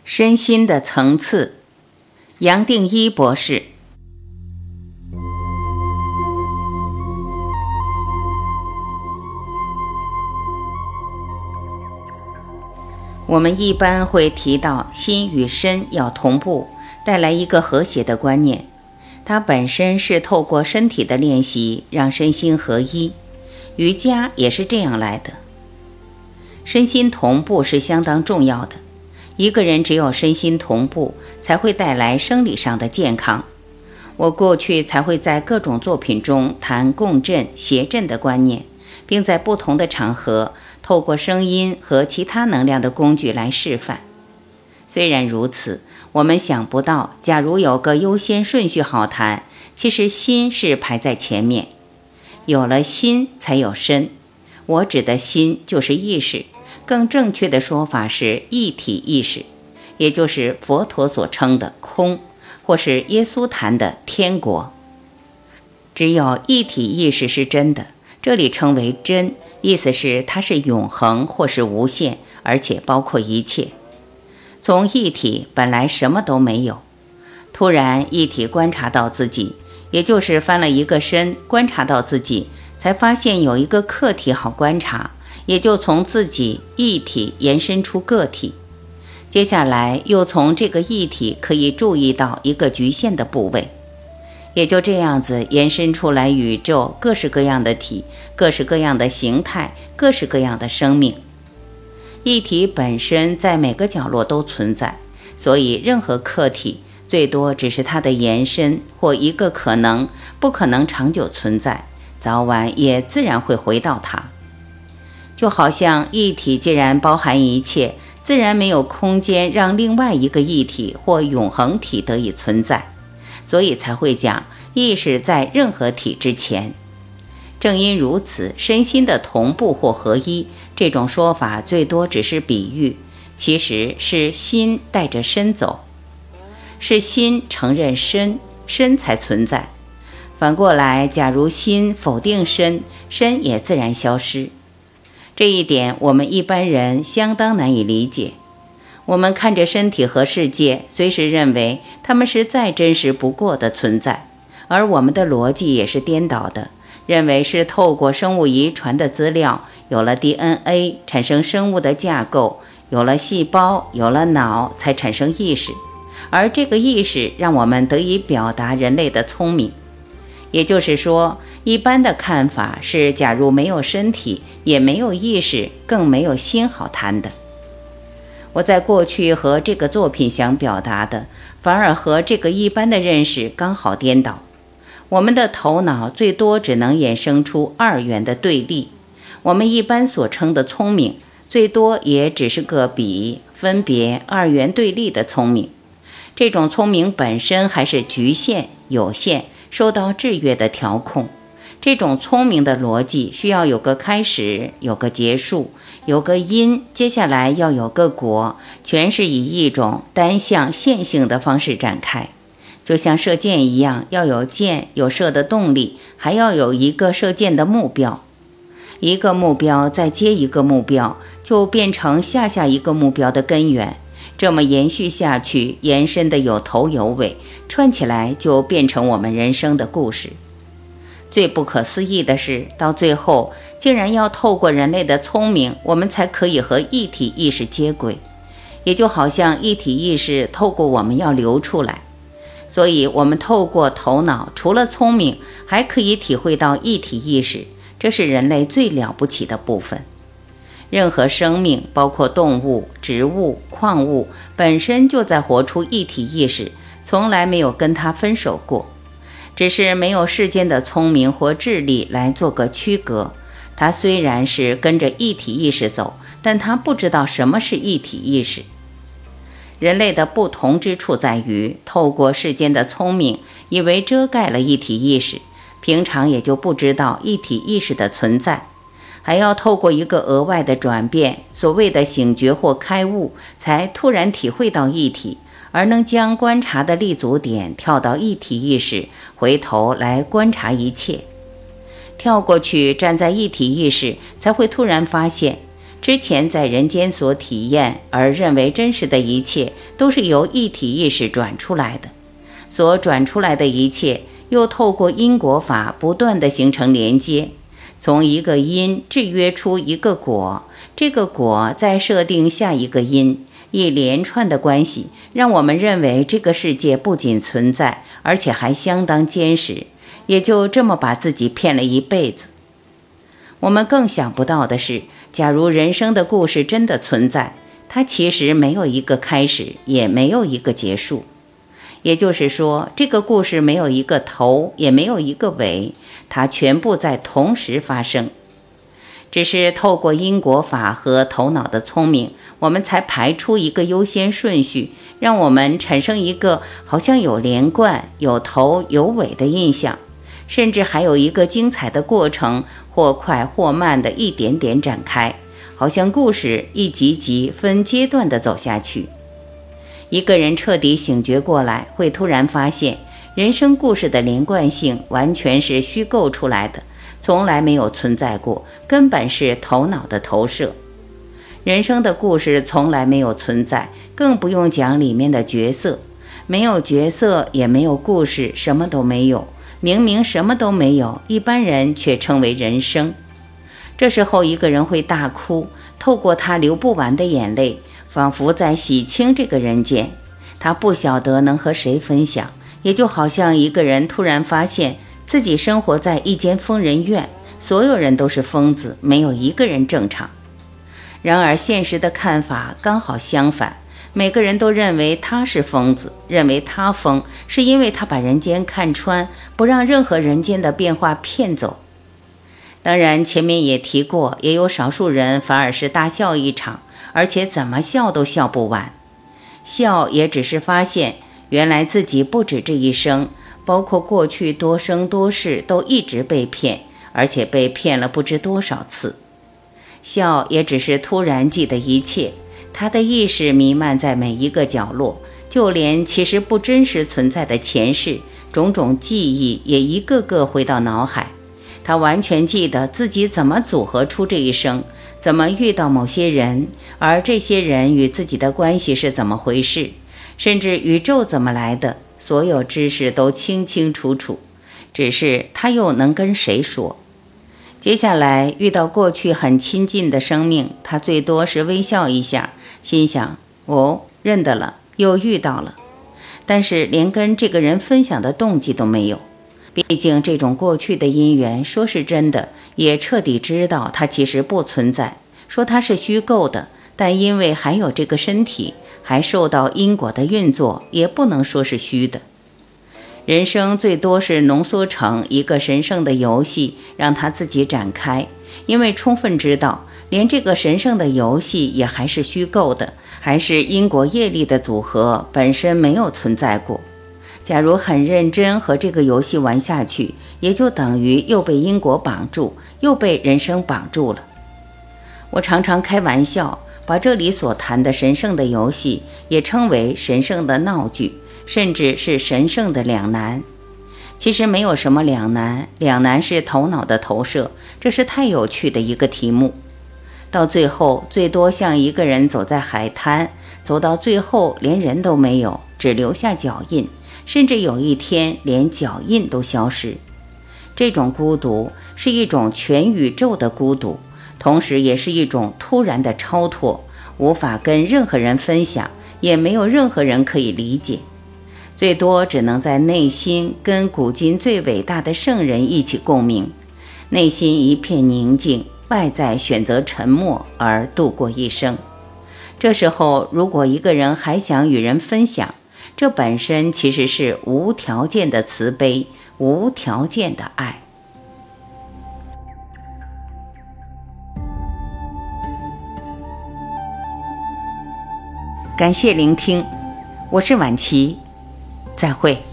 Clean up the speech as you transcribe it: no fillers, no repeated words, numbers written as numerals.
身心的层次，杨定一博士。我们一般会提到心与身要同步，带来一个和谐的观念。它本身是透过身体的练习让身心合一，瑜伽也是这样来的。身心同步是相当重要的，一个人只有身心同步，才会带来生理上的健康。我过去才会在各种作品中谈共振、谐振的观念，并在不同的场合透过声音和其他能量的工具来示范。虽然如此，我们想不到，假如有个优先顺序好谈，其实心是排在前面。有了心才有身，我指的心就是意识，更正确的说法是一体意识，也就是佛陀所称的空，或是耶稣谈的天国。只有一体意识是真的，这里称为真，意思是它是永恒或是无限，而且包括一切。从一体本来什么都没有，突然一体观察到自己，也就是翻了一个身观察到自己，才发现有一个客体好观察，也就从自己一体延伸出个体。接下来又从这个一体可以注意到一个局限的部位，也就这样子延伸出来宇宙各式各样的体，各式各样的形态，各式各样的生命。一体本身在每个角落都存在，所以任何客体最多只是它的延伸或一个可能，不可能长久存在，早晚也自然会回到它。就好像一体既然包含一切，自然没有空间让另外一个一体或永恒体得以存在，所以才会讲意识在任何体之前。正因如此，身心的同步或合一，这种说法最多只是比喻，其实是心带着身走，是心承认身，身才存在。反过来，假如心否定身，身也自然消失。这一点我们一般人相当难以理解。我们看着身体和世界，随时认为它们是再真实不过的存在，而我们的逻辑也是颠倒的，认为是透过生物遗传的资料，有了 DNA 产生生物的架构，有了细胞，有了脑，才产生意识，而这个意识让我们得以表达人类的聪明。也就是说，一般的看法是，假如没有身体，也没有意识，更没有心好谈的。我在过去和这个作品想表达的，反而和这个一般的认识刚好颠倒。我们的头脑最多只能衍生出二元的对立，我们一般所称的聪明，最多也只是个比分别二元对立的聪明。这种聪明本身还是局限、有限，受到制约的调控。这种聪明的逻辑需要有个开始，有个结束，有个因，接下来要有个果，全是以一种单向线性的方式展开。就像射箭一样，要有箭，有射的动力，还要有一个射箭的目标。一个目标再接一个目标，就变成下一个目标的根源。这么延续下去，延伸的有头有尾，串起来就变成我们人生的故事。最不可思议的是，到最后竟然要透过人类的聪明，我们才可以和一体意识接轨，也就好像一体意识透过我们要流出来。所以我们透过头脑，除了聪明，还可以体会到一体意识，这是人类最了不起的部分。任何生命，包括动物、植物、矿物，本身就在活出一体意识，从来没有跟它分手过，只是没有世间的聪明或智力来做个区隔。它虽然是跟着一体意识走，但它不知道什么是一体意识。人类的不同之处在于，透过世间的聪明，以为遮盖了一体意识，平常也就不知道一体意识的存在，还要透过一个额外的转变，所谓的醒觉或开悟，才突然体会到一体，而能将观察的立足点跳到一体意识，回头来观察一切。跳过去站在一体意识，才会突然发现， 之前在人间所体验而认为真实的一切，都是由一体意识转出来的，所转出来的一切又透过因果法不断地形成连接，从一个因制约出一个果，这个果再设定下一个因，一连串的关系让我们认为这个世界不仅存在，而且还相当坚实，也就这么把自己骗了一辈子。我们更想不到的是，假如人生的故事真的存在，它其实没有一个开始，也没有一个结束。也就是说，这个故事没有一个头，也没有一个尾，它全部在同时发生。只是透过因果法和头脑的聪明，我们才排出一个优先顺序，让我们产生一个好像有连贯、有头有尾的印象，甚至还有一个精彩的过程，或快或慢的一点点展开，好像故事一集集分阶段的走下去。一个人彻底醒觉过来，会突然发现人生故事的连贯性完全是虚构出来的，从来没有存在过，根本是头脑的投射。人生的故事从来没有存在，更不用讲里面的角色，没有角色也没有故事，什么都没有。明明什么都没有，一般人却称为人生。这时候一个人会大哭，透过他流不完的眼泪，仿佛在洗清这个人间。他不晓得能和谁分享，也就好像一个人突然发现自己生活在一间疯人院，所有人都是疯子，没有一个人正常。然而现实的看法刚好相反，每个人都认为他是疯子，认为他疯是因为他把人间看穿，不让任何人间的变化骗走。当然前面也提过，也有少数人反而是大笑一场，而且怎么笑都笑不完。笑也只是发现原来自己不止这一生，包括过去多生多世都一直被骗，而且被骗了不知多少次。笑也只是突然记得一切，他的意识弥漫在每一个角落，就连其实不真实存在的前世种种记忆也一个个回到脑海。他完全记得自己怎么组合出这一生，怎么遇到某些人，而这些人与自己的关系是怎么回事，甚至宇宙怎么来的，所有知识都清清楚楚。只是他又能跟谁说？接下来遇到过去很亲近的生命，他最多是微笑一下，心想哦，认得了，又遇到了，但是连跟这个人分享的动机都没有。毕竟这种过去的因缘，说是真的，也彻底知道它其实不存在，说它是虚构的，但因为还有这个身体，还受到因果的运作，也不能说是虚的。人生最多是浓缩成一个神圣的游戏，让它自己展开，因为充分知道连这个神圣的游戏也还是虚构的，还是因果业力的组合，本身没有存在过。假如很认真和这个游戏玩下去，也就等于又被因果绑住，又被人生绑住了。我常常开玩笑，把这里所谈的神圣的游戏也称为神圣的闹剧，甚至是神圣的两难。其实没有什么两难，两难是头脑的投射，这是太有趣的一个题目。到最后最多像一个人走在海滩，走到最后连人都没有，只留下脚印，甚至有一天连脚印都消失。这种孤独是一种全宇宙的孤独，同时也是一种突然的超脱，无法跟任何人分享，也没有任何人可以理解，最多只能在内心跟古今最伟大的圣人一起共鸣，内心一片宁静，外在选择沉默而度过一生。这时候如果一个人还想与人分享，这本身其实是无条件的慈悲，无条件的爱。感谢聆听，我是婉琪，再会。